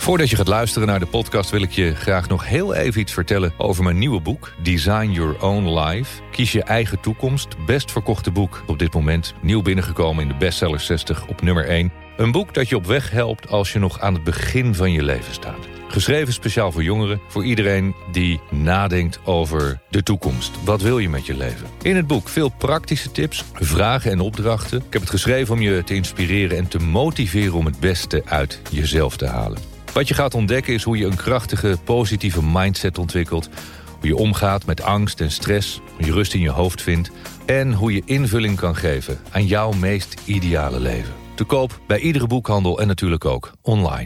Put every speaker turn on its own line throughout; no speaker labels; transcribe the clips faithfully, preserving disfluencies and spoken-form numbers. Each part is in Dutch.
Voordat je gaat luisteren naar de podcast wil ik je graag nog heel even iets vertellen over mijn nieuwe boek Design Your Own Life. Kies je eigen toekomst. Best verkochte boek op dit moment. Nieuw binnengekomen in de bestseller zestig op nummer één. Een boek dat je op weg helpt als je nog aan het begin van je leven staat. Geschreven speciaal voor jongeren, voor iedereen die nadenkt over de toekomst. Wat wil je met je leven? In het boek veel praktische tips, vragen en opdrachten. Ik heb het geschreven om je te inspireren en te motiveren om het beste uit jezelf te halen. Wat je gaat ontdekken is hoe je een krachtige, positieve mindset ontwikkelt. Hoe je omgaat met angst en stress, hoe je rust in je hoofd vindt. En hoe je invulling kan geven aan jouw meest ideale leven. Te koop bij iedere boekhandel en natuurlijk ook online.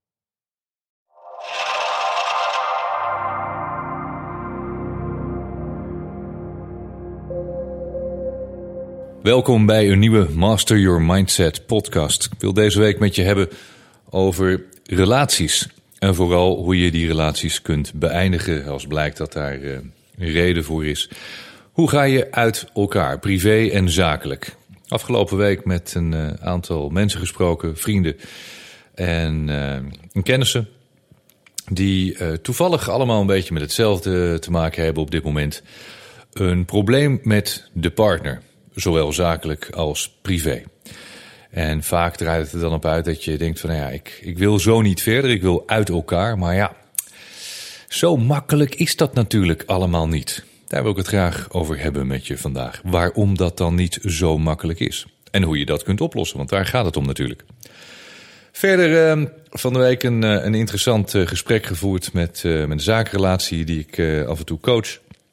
Welkom bij een nieuwe Master Your Mindset podcast. Ik wil deze week met je hebben over relaties. En vooral hoe je die relaties kunt beëindigen als blijkt dat daar uh, een reden voor is. Hoe ga je uit elkaar, privé en zakelijk? Afgelopen week met een uh, aantal mensen gesproken, vrienden en uh, kennissen. Die uh, toevallig allemaal een beetje met hetzelfde te maken hebben op dit moment. Een probleem met de partner, zowel zakelijk als privé. En vaak draait het er dan op uit dat je denkt van, nou ja, ik, ik wil zo niet verder, ik wil uit elkaar. Maar ja, zo makkelijk is dat natuurlijk allemaal niet. Daar wil ik het graag over hebben met je vandaag. Waarom dat dan niet zo makkelijk is. En hoe je dat kunt oplossen, want daar gaat het om natuurlijk. Verder uh, van de week een, uh, een interessant uh, gesprek gevoerd met, uh, met een zakenrelatie die ik uh, af en toe coach.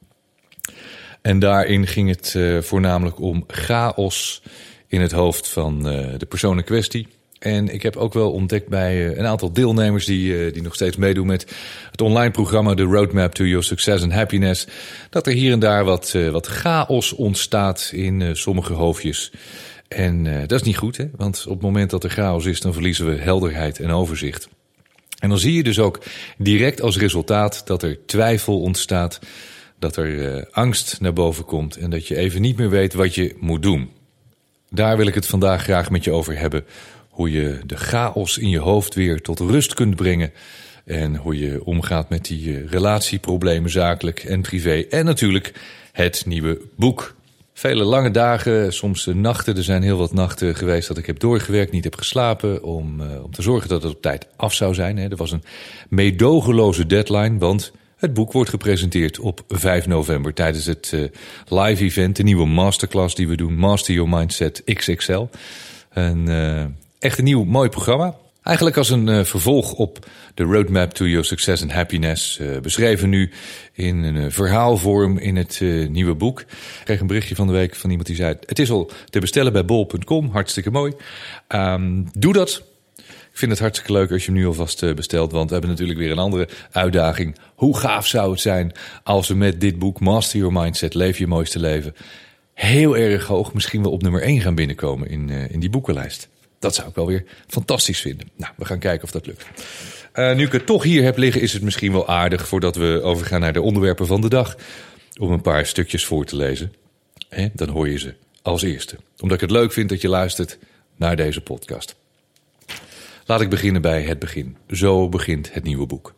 En daarin ging het uh, voornamelijk om chaos in het hoofd van uh, de persoon in kwestie. En ik heb ook wel ontdekt bij uh, een aantal deelnemers die, uh, die nog steeds meedoen met het online programma The Roadmap to Your Success and Happiness, dat er hier en daar wat, uh, wat chaos ontstaat in uh, sommige hoofdjes. En uh, dat is niet goed, hè? Want op het moment dat er chaos is, dan verliezen we helderheid en overzicht. En dan zie je dus ook direct als resultaat dat er twijfel ontstaat, dat er uh, angst naar boven komt en dat je even niet meer weet wat je moet doen. Daar wil ik het vandaag graag met je over hebben. Hoe je de chaos in je hoofd weer tot rust kunt brengen. En hoe je omgaat met die uh, relatieproblemen, zakelijk en privé. En natuurlijk het nieuwe boek. Vele lange dagen, soms nachten. Er zijn heel wat nachten geweest dat ik heb doorgewerkt, niet heb geslapen. Om, uh, om te zorgen dat het op tijd af zou zijn. Hè. Er was een meedogenloze deadline, want het boek wordt gepresenteerd op vijf november tijdens het uh, live event, de nieuwe masterclass die we doen, Master Your Mindset X X L. Een uh, echt een nieuw mooi programma. Eigenlijk als een uh, vervolg op de Roadmap to Your Success and Happiness, uh, beschreven nu in een uh, verhaalvorm in het uh, nieuwe boek. Ik kreeg een berichtje van de week van iemand die zei, het is al te bestellen bij bol punt com, hartstikke mooi. Um, doe dat. Ik vind het hartstikke leuk als je hem nu alvast bestelt, want we hebben natuurlijk weer een andere uitdaging. Hoe gaaf zou het zijn als we met dit boek Master Your Mindset, Leef je mooiste leven, heel erg hoog misschien wel op nummer één gaan binnenkomen in, uh, in die boekenlijst. Dat zou ik wel weer fantastisch vinden. Nou, we gaan kijken of dat lukt. Uh, nu ik het toch hier heb liggen, is het misschien wel aardig voordat we overgaan naar de onderwerpen van de dag, om een paar stukjes voor te lezen. Hè, dan hoor je ze als eerste. Omdat ik het leuk vind dat je luistert naar deze podcast. Laat ik beginnen bij het begin. Zo begint het nieuwe boek.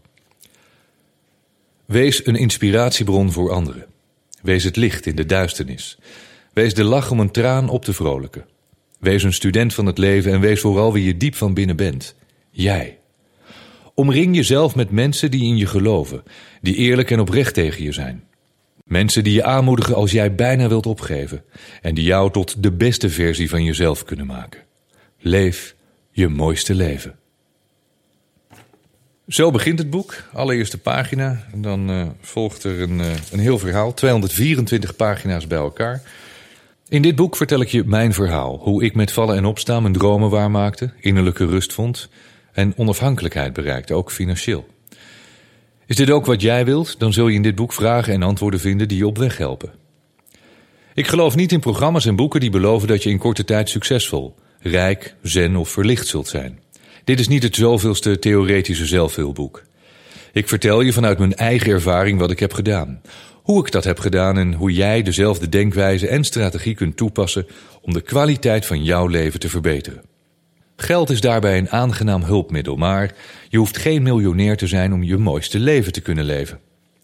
Wees een inspiratiebron voor anderen. Wees het licht in de duisternis. Wees de lach om een traan op te vrolijken. Wees een student van het leven en wees vooral wie je diep van binnen bent. Jij. Omring jezelf met mensen die in je geloven, die eerlijk en oprecht tegen je zijn. Mensen die je aanmoedigen als jij bijna wilt opgeven en die jou tot de beste versie van jezelf kunnen maken. Leef je mooiste leven. Zo begint het boek, allereerste pagina. En dan uh, volgt er een, uh, een heel verhaal, tweehonderdvierentwintig pagina's bij elkaar. In dit boek vertel ik je mijn verhaal. Hoe ik met vallen en opstaan mijn dromen waarmaakte, innerlijke rust vond en onafhankelijkheid bereikte, ook financieel. Is dit ook wat jij wilt? Dan zul je in dit boek vragen en antwoorden vinden die je op weg helpen. Ik geloof niet in programma's en boeken die beloven dat je in korte tijd succesvol, rijk, zen of verlicht zult zijn. Dit is niet het zoveelste theoretische zelfhulpboek. Ik vertel je vanuit mijn eigen ervaring wat ik heb gedaan. Hoe ik dat heb gedaan en hoe jij dezelfde denkwijze en strategie kunt toepassen om de kwaliteit van jouw leven te verbeteren. Geld is daarbij een aangenaam hulpmiddel, maar je hoeft geen miljonair te zijn om je mooiste leven te kunnen leven.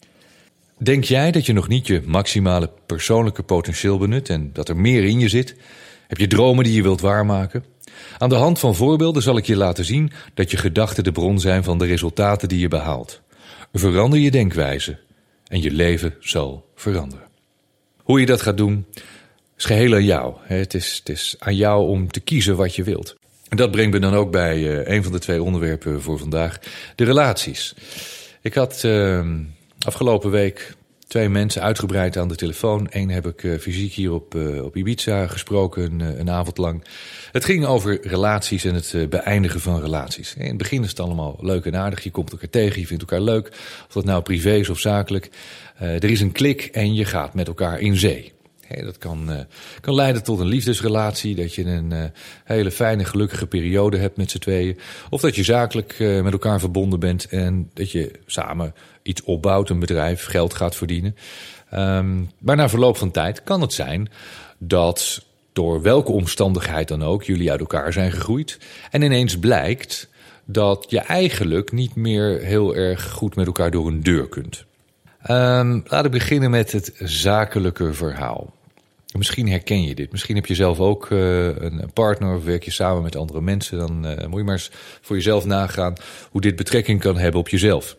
Denk jij dat je nog niet je maximale persoonlijke potentieel benut en dat er meer in je zit? Heb je dromen die je wilt waarmaken? Aan de hand van voorbeelden zal ik je laten zien dat je gedachten de bron zijn van de resultaten die je behaalt. Verander je denkwijze en je leven zal veranderen. Hoe je dat gaat doen is geheel aan jou. Het is, het is aan jou om te kiezen wat je wilt. En dat brengt me dan ook bij uh, een van de twee onderwerpen voor vandaag. De relaties. Ik had uh, afgelopen week twee mensen uitgebreid aan de telefoon. Eén heb ik uh, fysiek hier op, uh, op Ibiza gesproken, uh, een avond lang. Het ging over relaties en het uh, beëindigen van relaties. In het begin is het allemaal leuk en aardig. Je komt elkaar tegen, je vindt elkaar leuk. Of dat nou privé is of zakelijk. Uh, er is een klik en je gaat met elkaar in zee. Hey, dat kan, uh, kan leiden tot een liefdesrelatie, dat je een uh, hele fijne, gelukkige periode hebt met z'n tweeën. Of dat je zakelijk uh, met elkaar verbonden bent en dat je samen iets opbouwt, een bedrijf, geld gaat verdienen. Um, maar na verloop van tijd kan het zijn dat door welke omstandigheid dan ook jullie uit elkaar zijn gegroeid. En ineens blijkt dat je eigenlijk niet meer heel erg goed met elkaar door een deur kunt. Um, laten we beginnen met het zakelijke verhaal. Misschien herken je dit. Misschien heb je zelf ook uh, een partner of werk je samen met andere mensen. Dan uh, moet je maar eens voor jezelf nagaan hoe dit betrekking kan hebben op jezelf.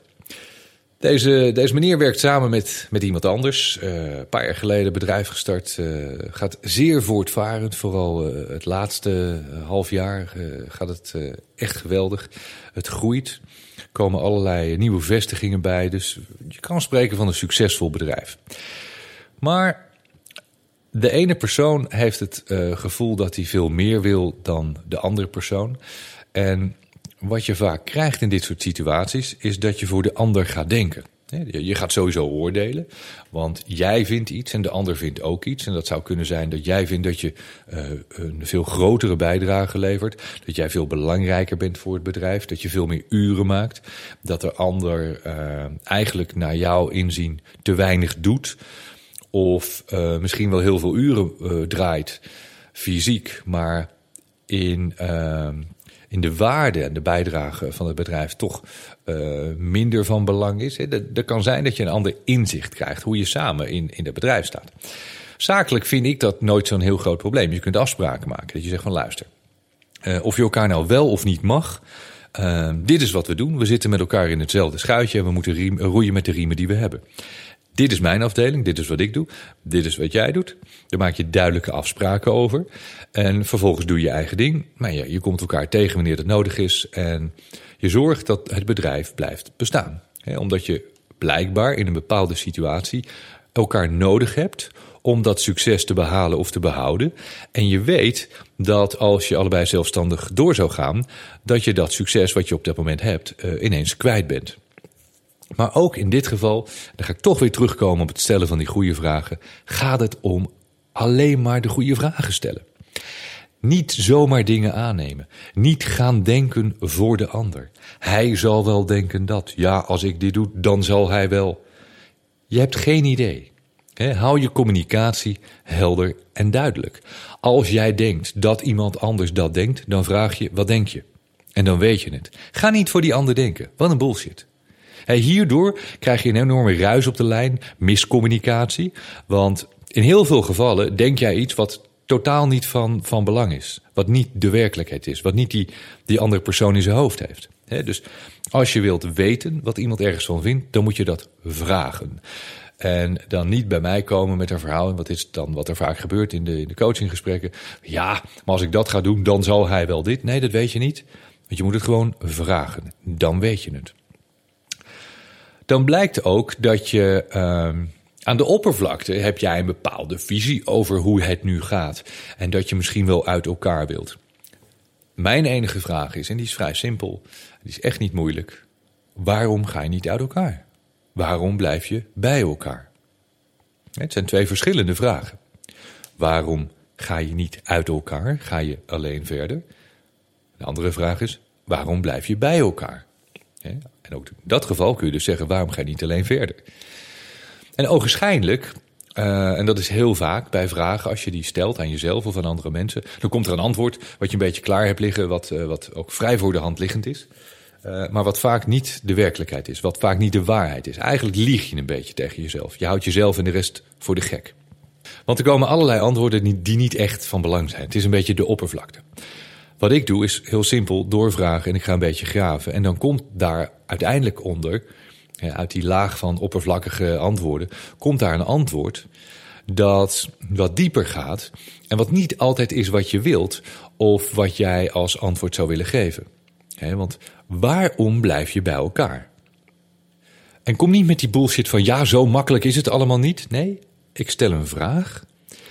Deze, deze meneer werkt samen met, met iemand anders. Uh, een paar jaar geleden bedrijf gestart. Uh, gaat zeer voortvarend. Vooral uh, het laatste uh, half jaar uh, gaat het uh, echt geweldig. Het groeit. Er komen allerlei nieuwe vestigingen bij. Dus je kan spreken van een succesvol bedrijf. Maar de ene persoon heeft het uh, gevoel dat hij veel meer wil dan de andere persoon. En wat je vaak krijgt in dit soort situaties is dat je voor de ander gaat denken. Je gaat sowieso oordelen, want jij vindt iets en de ander vindt ook iets. En dat zou kunnen zijn dat jij vindt dat je uh, een veel grotere bijdrage levert. Dat jij veel belangrijker bent voor het bedrijf. Dat je veel meer uren maakt. Dat de ander uh, eigenlijk naar jouw inzien te weinig doet. Of uh, misschien wel heel veel uren uh, draait, fysiek, maar in... Uh, in de waarde en de bijdrage van het bedrijf toch uh, minder van belang is. Er kan zijn dat je een ander inzicht krijgt hoe je samen in, in het bedrijf staat. Zakelijk vind ik dat nooit zo'n heel groot probleem. Je kunt afspraken maken. Dat je zegt van luister, uh, of je elkaar nou wel of niet mag. Uh, dit is wat we doen. We zitten met elkaar in hetzelfde schuitje en we moeten riem, roeien met de riemen die we hebben. Dit is mijn afdeling, dit is wat ik doe, dit is wat jij doet. Daar maak je duidelijke afspraken over. En vervolgens doe je je eigen ding. Maar ja, je komt elkaar tegen wanneer het nodig is. En je zorgt dat het bedrijf blijft bestaan. He, omdat je blijkbaar in een bepaalde situatie elkaar nodig hebt om dat succes te behalen of te behouden. En je weet dat als je allebei zelfstandig door zou gaan, dat je dat succes wat je op dat moment hebt uh, ineens kwijt bent. Maar ook in dit geval, dan ga ik toch weer terugkomen op het stellen van die goede vragen, gaat het om alleen maar de goede vragen stellen. Niet zomaar dingen aannemen. Niet gaan denken voor de ander. Hij zal wel denken dat. Ja, als ik dit doe, dan zal hij wel. Je hebt geen idee. He, hou je communicatie helder en duidelijk. Als jij denkt dat iemand anders dat denkt, dan vraag je, wat denk je? En dan weet je het. Ga niet voor die ander denken. Wat een bullshit. Hey, hierdoor krijg je een enorme ruis op de lijn, miscommunicatie. Want in heel veel gevallen denk jij iets wat totaal niet van, van belang is. Wat niet de werkelijkheid is. Wat niet die, die andere persoon in zijn hoofd heeft. He, dus als je wilt weten wat iemand ergens van vindt, dan moet je dat vragen. En dan niet bij mij komen met een verhaal. En wat is dan wat er vaak gebeurt in de, in de coachinggesprekken. Ja, maar als ik dat ga doen, dan zal hij wel dit. Nee, dat weet je niet. Want je moet het gewoon vragen. Dan weet je het. Dan blijkt ook dat je uh, aan de oppervlakte heb jij een bepaalde visie over hoe het nu gaat. En dat je misschien wel uit elkaar wilt. Mijn enige vraag is, en die is vrij simpel, die is echt niet moeilijk. Waarom ga je niet uit elkaar? Waarom blijf je bij elkaar? Het zijn twee verschillende vragen. Waarom ga je niet uit elkaar? Ga je alleen verder? De andere vraag is, waarom blijf je bij elkaar? En ook in dat geval kun je dus zeggen, waarom ga je niet alleen verder? En ogenschijnlijk, Uh, en dat is heel vaak bij vragen, als je die stelt aan jezelf of aan andere mensen. Dan komt er een antwoord wat je een beetje klaar hebt liggen, wat, uh, wat ook vrij voor de hand liggend is. Uh, maar wat vaak niet de werkelijkheid is, wat vaak niet de waarheid is. Eigenlijk lieg je een beetje tegen jezelf. Je houdt jezelf en de rest voor de gek. Want er komen allerlei antwoorden die niet echt van belang zijn. Het is een beetje de oppervlakte. Wat ik doe is heel simpel doorvragen en ik ga een beetje graven. En dan komt daar uiteindelijk onder, uit die laag van oppervlakkige antwoorden, komt daar een antwoord dat wat dieper gaat en wat niet altijd is wat je wilt of wat jij als antwoord zou willen geven. He, want waarom blijf je bij elkaar? En kom niet met die bullshit van ja, zo makkelijk is het allemaal niet. Nee, ik stel een vraag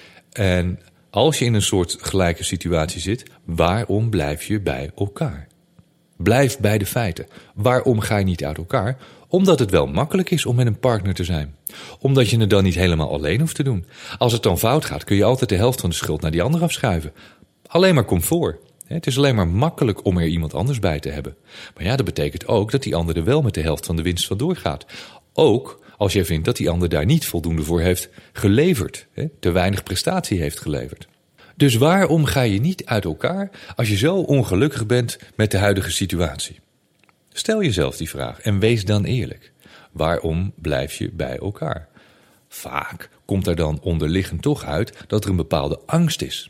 en als je in een soort gelijke situatie zit, waarom blijf je bij elkaar? Blijf bij de feiten. Waarom ga je niet uit elkaar? Omdat het wel makkelijk is om met een partner te zijn. Omdat je het dan niet helemaal alleen hoeft te doen. Als het dan fout gaat, kun je altijd de helft van de schuld naar die ander afschuiven. Alleen maar comfort. Het is alleen maar makkelijk om er iemand anders bij te hebben. Maar ja, dat betekent ook dat die ander er wel met de helft van de winst van doorgaat. Ook als jij vindt dat die ander daar niet voldoende voor heeft geleverd. Te weinig prestatie heeft geleverd. Dus waarom ga je niet uit elkaar als je zo ongelukkig bent met de huidige situatie? Stel jezelf die vraag en wees dan eerlijk. Waarom blijf je bij elkaar? Vaak komt er dan onderliggend toch uit dat er een bepaalde angst is.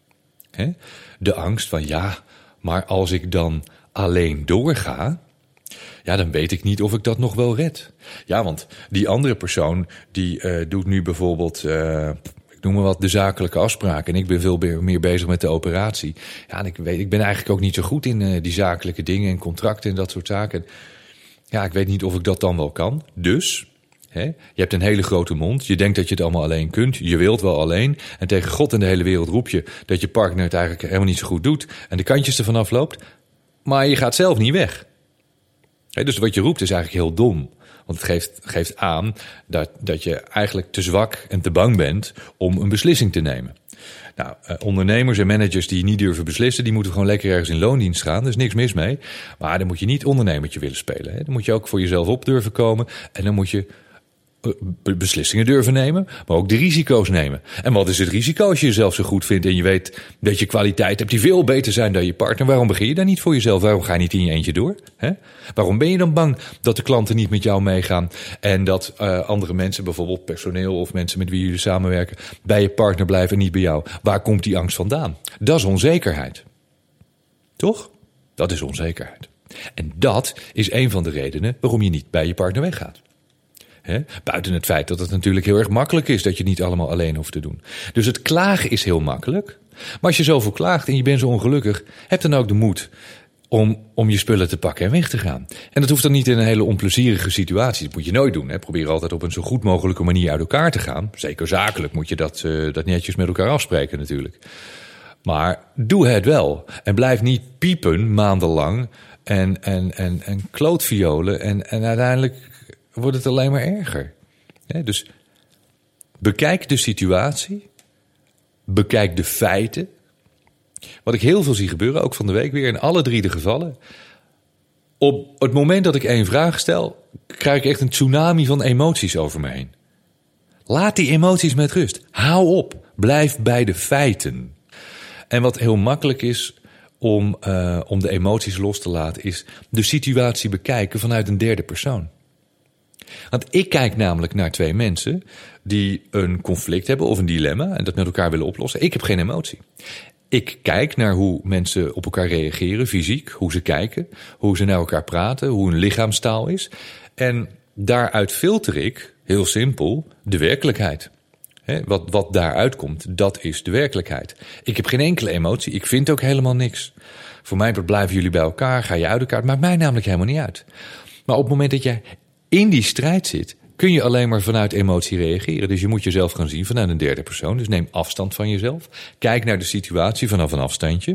He? De angst van ja, maar als ik dan alleen doorga, ja, dan weet ik niet of ik dat nog wel red. Ja, want die andere persoon die uh, doet nu bijvoorbeeld, uh, ik noem maar wat, de zakelijke afspraken. En ik ben veel meer bezig met de operatie. Ja, en ik, weet, ik ben eigenlijk ook niet zo goed in uh, die zakelijke dingen en contracten en dat soort zaken. Ja, ik weet niet of ik dat dan wel kan. Dus, hè, je hebt een hele grote mond. Je denkt dat je het allemaal alleen kunt. Je wilt wel alleen. En tegen God en de hele wereld roep je dat je partner het eigenlijk helemaal niet zo goed doet. En de kantjes ervan afloopt. Maar je gaat zelf niet weg. Hè, dus wat je roept is eigenlijk heel dom. Want het geeft, geeft aan dat, dat je eigenlijk te zwak en te bang bent om een beslissing te nemen. Nou, uh, ondernemers en managers die niet durven beslissen, die moeten gewoon lekker ergens in loondienst gaan. Er is niks mis mee. Maar dan moet je niet ondernemertje willen spelen. Hè. Dan moet je ook voor jezelf op durven komen. En dan moet je beslissingen durven nemen, maar ook de risico's nemen. En wat is het risico als je jezelf zo goed vindt en je weet dat je kwaliteit hebt die veel beter zijn dan je partner? Waarom begin je dan niet voor jezelf? Waarom ga je niet in je eentje door? Hè? Waarom ben je dan bang dat de klanten niet met jou meegaan en dat uh, andere mensen, bijvoorbeeld personeel of mensen met wie jullie samenwerken, bij je partner blijven en niet bij jou? Waar komt die angst vandaan? Dat is onzekerheid. Toch? Dat is onzekerheid. En dat is een van de redenen waarom je niet bij je partner weggaat. He? Buiten het feit dat het natuurlijk heel erg makkelijk is dat je het niet allemaal alleen hoeft te doen. Dus het klagen is heel makkelijk. Maar als je zoveel klaagt en je bent zo ongelukkig, heb dan ook de moed om, om je spullen te pakken en weg te gaan. En dat hoeft dan niet in een hele onplezierige situatie. Dat moet je nooit doen. Hè? Probeer altijd op een zo goed mogelijke manier uit elkaar te gaan. Zeker zakelijk moet je dat, uh, dat netjes met elkaar afspreken natuurlijk. Maar doe het wel. En blijf niet piepen maandenlang en, en, en, en klootviolen en, en uiteindelijk wordt het alleen maar erger. Ja, dus bekijk de situatie. Bekijk de feiten. Wat ik heel veel zie gebeuren, ook van de week weer, in alle drie de gevallen. Op het moment dat ik één vraag stel, krijg ik echt een tsunami van emoties over me heen. Laat die emoties met rust. Hou op. Blijf bij de feiten. En wat heel makkelijk is om, uh, om de emoties los te laten, is de situatie bekijken vanuit een derde persoon. Want ik kijk namelijk naar twee mensen die een conflict hebben of een dilemma en dat met elkaar willen oplossen. Ik heb geen emotie. Ik kijk naar hoe mensen op elkaar reageren, fysiek, hoe ze kijken, hoe ze naar elkaar praten, hoe hun lichaamstaal is. En daaruit filter ik, heel simpel, de werkelijkheid. He, wat, wat daaruit komt, dat is de werkelijkheid. Ik heb geen enkele emotie, ik vind ook helemaal niks. Voor mij blijven jullie bij elkaar, ga je uit elkaar, het maakt mij namelijk helemaal niet uit. Maar op het moment dat jij in die strijd zit, kun je alleen maar vanuit emotie reageren. Dus je moet jezelf gaan zien vanuit een derde persoon. Dus neem afstand van jezelf. Kijk naar de situatie vanaf een afstandje.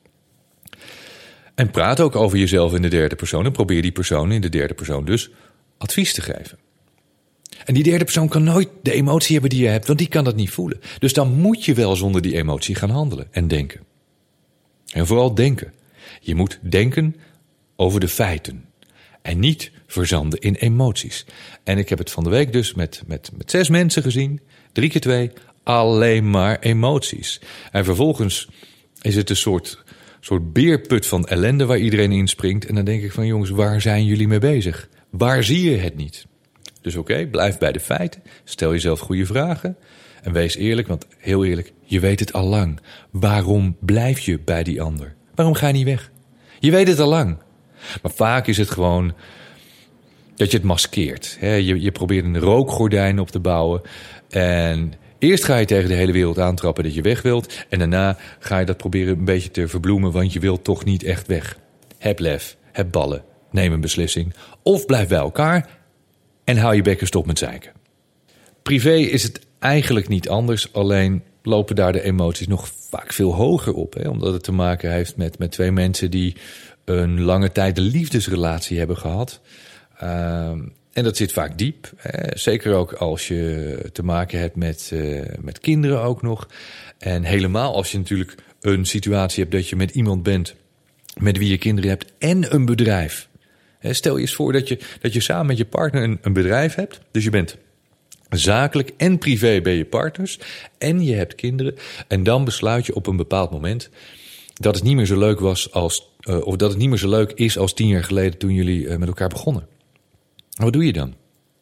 En praat ook over jezelf in de derde persoon. En probeer die persoon in de derde persoon dus advies te geven. En die derde persoon kan nooit de emotie hebben die je hebt, want die kan dat niet voelen. Dus dan moet je wel zonder die emotie gaan handelen en denken. En vooral denken. Je moet denken over de feiten. En niet verzanden in emoties. En ik heb het van de week dus met, met, met zes mensen gezien. Drie keer twee. Alleen maar emoties. En vervolgens is het een soort, soort beerput van ellende waar iedereen in springt. En dan denk ik van jongens, waar zijn jullie mee bezig? Waar zie je het niet? Dus oké, okay, blijf bij de feiten. Stel jezelf goede vragen. En wees eerlijk, want heel eerlijk, je weet het al lang. Waarom blijf je bij die ander? Waarom ga je niet weg? Je weet het al lang. Maar vaak is het gewoon dat je het maskeert. Je, je probeert een rookgordijn op te bouwen. En eerst ga je tegen de hele wereld aantrappen dat je weg wilt. En daarna ga je dat proberen een beetje te verbloemen, want je wilt toch niet echt weg. Heb lef, heb ballen, neem een beslissing. Of blijf bij elkaar en hou je bekken stop met zeiken. Privé is het eigenlijk niet anders, alleen lopen daar de emoties nog vaak veel hoger op. Hè? Omdat het te maken heeft met, met twee mensen die een lange tijd een liefdesrelatie hebben gehad. Uh, en dat zit vaak diep. Hè? Zeker ook als je te maken hebt met, uh, met kinderen ook nog. En helemaal als je natuurlijk een situatie hebt dat je met iemand bent met wie je kinderen hebt en een bedrijf. Hè? Stel je eens voor dat je, dat je samen met je partner een, een bedrijf hebt. Dus je bent zakelijk en privé ben je partners en je hebt kinderen. En dan besluit je op een bepaald moment dat het niet meer zo leuk was als, uh, of dat het niet meer zo leuk is als tien jaar geleden toen jullie uh, met elkaar begonnen. Wat doe je dan?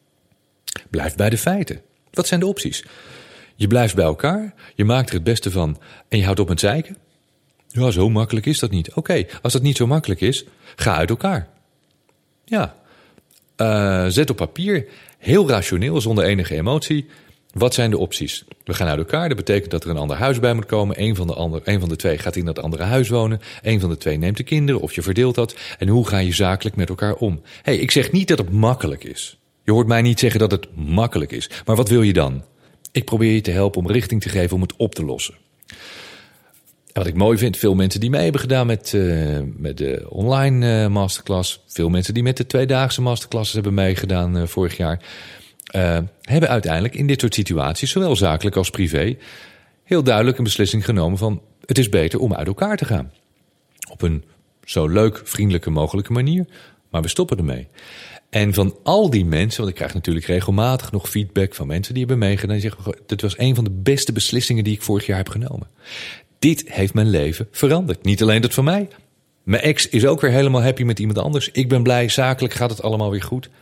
Blijf bij de feiten. Wat zijn de opties? Je blijft bij elkaar, je maakt er het beste van en je houdt op met zeiken. Ja, zo makkelijk is dat niet. Oké, okay, als dat niet zo makkelijk is, ga uit elkaar. Ja, uh, zet op papier, heel rationeel, zonder enige emotie. Wat zijn de opties? We gaan uit elkaar, dat betekent dat er een ander huis bij moet komen. Eén van de, ander, één van de twee gaat in dat andere huis wonen. Eén van de twee neemt de kinderen of je verdeelt dat. En hoe ga je zakelijk met elkaar om? Hey, ik zeg niet dat het makkelijk is. Je hoort mij niet zeggen dat het makkelijk is. Maar wat wil je dan? Ik probeer je te helpen om richting te geven om het op te lossen. En wat ik mooi vind, veel mensen die mee hebben gedaan met, uh, met de online uh, masterclass. Veel mensen die met de tweedaagse masterclasses hebben meegedaan uh, vorig jaar. Uh, hebben uiteindelijk in dit soort situaties, zowel zakelijk als privé, heel duidelijk een beslissing genomen van het is beter om uit elkaar te gaan. Op een zo leuk, vriendelijke mogelijke manier, maar we stoppen ermee. En van al die mensen, want ik krijg natuurlijk regelmatig nog feedback van mensen die hebben meegedaan, die zeggen, dit was een van de beste beslissingen die ik vorig jaar heb genomen. Dit heeft mijn leven veranderd. Niet alleen dat van mij. Mijn ex is ook weer helemaal happy met iemand anders. Ik ben blij, zakelijk gaat het allemaal weer goed.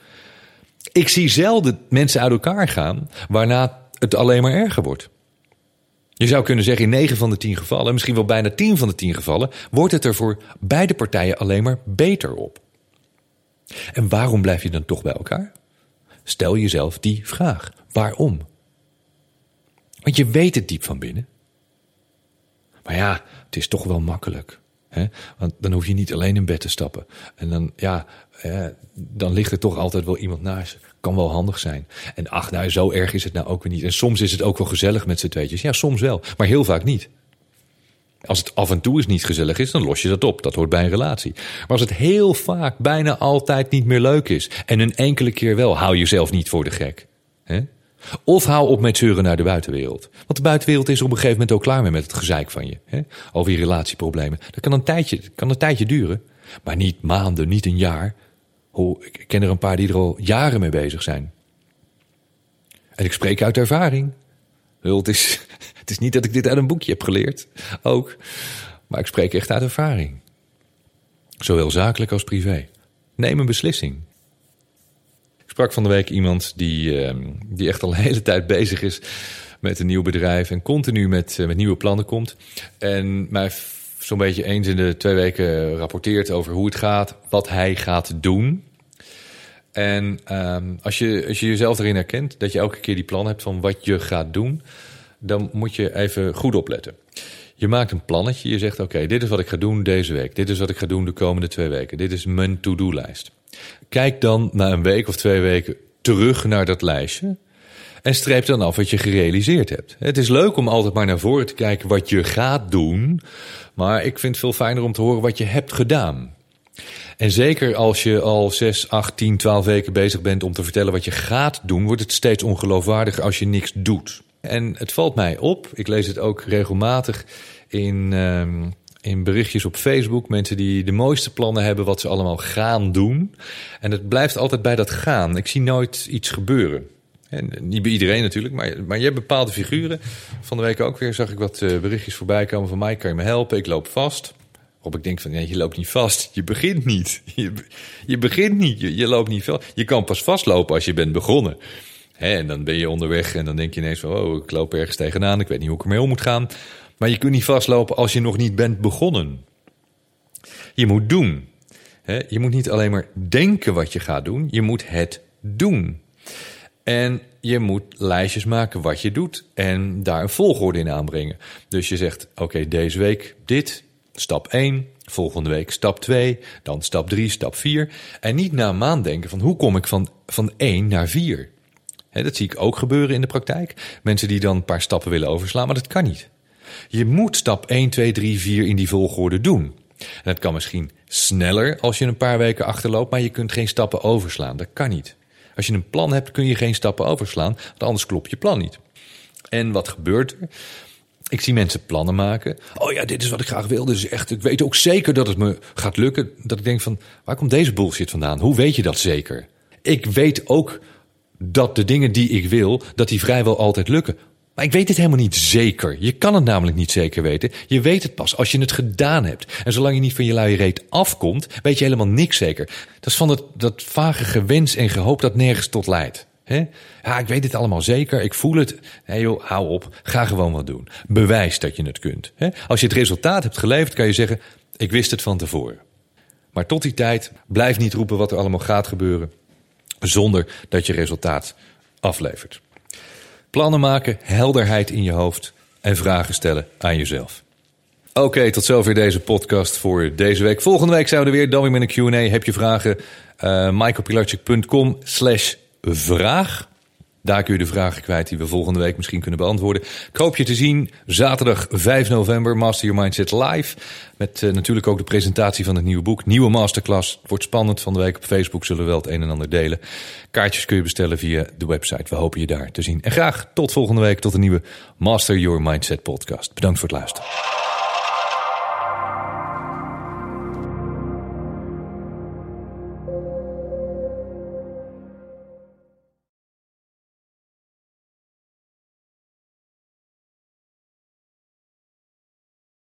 Ik zie zelden mensen uit elkaar gaan waarna het alleen maar erger wordt. Je zou kunnen zeggen in negen van de tien gevallen, misschien wel bijna tien van de tien gevallen, wordt het er voor beide partijen alleen maar beter op. En waarom blijf je dan toch bij elkaar? Stel jezelf die vraag. Waarom? Want je weet het diep van binnen. Maar ja, het is toch wel makkelijk. Hè? Want dan hoef je niet alleen in bed te stappen. En dan, ja, eh, dan ligt er toch altijd wel iemand naast je. Kan wel handig zijn. En ach, nou, zo erg is het nou ook weer niet. En soms is het ook wel gezellig met z'n tweetjes. Ja, soms wel, maar heel vaak niet. Als het af en toe eens niet gezellig is, dan los je dat op. Dat hoort bij een relatie. Maar als het heel vaak bijna altijd niet meer leuk is en een enkele keer wel, hou jezelf niet voor de gek. Hè? Of hou op met zeuren naar de buitenwereld. Want de buitenwereld is er op een gegeven moment ook klaar mee met het gezeik van je. Hè? Over je relatieproblemen. Dat kan een tijdje, kan een tijdje duren. Maar niet maanden, niet een jaar. Oh, ik ken er een paar die er al jaren mee bezig zijn. En ik spreek uit ervaring. Het is, het is niet dat ik dit uit een boekje heb geleerd. Ook. Maar ik spreek echt uit ervaring. Zowel zakelijk als privé. Neem een beslissing. Ik sprak van de week iemand die, uh, die echt al een hele tijd bezig is met een nieuw bedrijf en continu met, uh, met nieuwe plannen komt. En mij zo'n beetje eens in de twee weken rapporteert over hoe het gaat, wat hij gaat doen. En uh, als, je, als je jezelf erin herkent, dat je elke keer die plan hebt van wat je gaat doen, dan moet je even goed opletten. Je maakt een plannetje, je zegt oké, okay, dit is wat ik ga doen deze week. Dit is wat ik ga doen de komende twee weken. Dit is mijn to-do-lijst. Kijk dan na een week of twee weken terug naar dat lijstje en streep dan af wat je gerealiseerd hebt. Het is leuk om altijd maar naar voren te kijken wat je gaat doen, maar ik vind het veel fijner om te horen wat je hebt gedaan. En zeker als je al zes, acht, tien, twaalf weken bezig bent om te vertellen wat je gaat doen, wordt het steeds ongeloofwaardiger als je niks doet. En het valt mij op, ik lees het ook regelmatig in, uh, in berichtjes op Facebook mensen die de mooiste plannen hebben wat ze allemaal gaan doen. En het blijft altijd bij dat gaan. Ik zie nooit iets gebeuren. En niet bij iedereen natuurlijk, maar, maar je hebt bepaalde figuren. Van de week ook weer zag ik wat uh, berichtjes voorbij komen van mij. Kan je me helpen? Ik loop vast. Waarop ik denk van, nee, je loopt niet vast. Je begint niet. Je, je begint niet. Je, je loopt niet vast. Je kan pas vastlopen als je bent begonnen. Hè, en dan ben je onderweg en dan denk je ineens van, oh, ik loop ergens tegenaan. Ik weet niet hoe ik ermee om moet gaan. Maar je kunt niet vastlopen als je nog niet bent begonnen. Je moet doen. Hè, je moet niet alleen maar denken wat je gaat doen. Je moet het doen. En je moet lijstjes maken wat je doet en daar een volgorde in aanbrengen. Dus je zegt, oké, okay, deze week dit, stap één, volgende week stap twee, dan stap drie, stap vier. En niet na een maand denken van, hoe kom ik van, van één naar vier? He, dat zie ik ook gebeuren in de praktijk. Mensen die dan een paar stappen willen overslaan, maar dat kan niet. Je moet stap één, twee, drie, vier in die volgorde doen. En dat kan misschien sneller als je een paar weken achterloopt, maar je kunt geen stappen overslaan. Dat kan niet. Als je een plan hebt, kun je geen stappen overslaan, want anders klopt je plan niet. En wat gebeurt er? Ik zie mensen plannen maken. Oh ja, dit is wat ik graag wil. Dit is echt, ik weet ook zeker dat het me gaat lukken. Dat ik denk van, waar komt deze bullshit vandaan? Hoe weet je dat zeker? Ik weet ook dat de dingen die ik wil, dat die vrijwel altijd lukken. Maar ik weet het helemaal niet zeker. Je kan het namelijk niet zeker weten. Je weet het pas als je het gedaan hebt. En zolang je niet van je luie reet afkomt, weet je helemaal niks zeker. Dat is van dat, dat vage gewens en gehoop dat nergens tot leidt. He? Ja, ik weet het allemaal zeker. Ik voel het. Nee joh, hou op. Ga gewoon wat doen. Bewijs dat je het kunt. He? Als je het resultaat hebt geleverd, kan je zeggen, ik wist het van tevoren. Maar tot die tijd, blijf niet roepen wat er allemaal gaat gebeuren, zonder dat je resultaat aflevert. Plannen maken, helderheid in je hoofd en vragen stellen aan jezelf. Oké, okay, tot zover deze podcast voor deze week. Volgende week zijn we er weer, dan weer met een Q en A. Heb je vragen? Uh, michaelpilarczyk.com slash vraag. Daar kun je de vragen kwijt die we volgende week misschien kunnen beantwoorden. Ik hoop je te zien zaterdag vijf november, Master Your Mindset Live. Met uh, natuurlijk ook de presentatie van het nieuwe boek. Nieuwe masterclass. Het wordt spannend. Van de week op Facebook zullen we wel het een en ander delen. Kaartjes kun je bestellen via de website. We hopen je daar te zien. En graag tot volgende week, tot een nieuwe Master Your Mindset podcast. Bedankt voor het luisteren.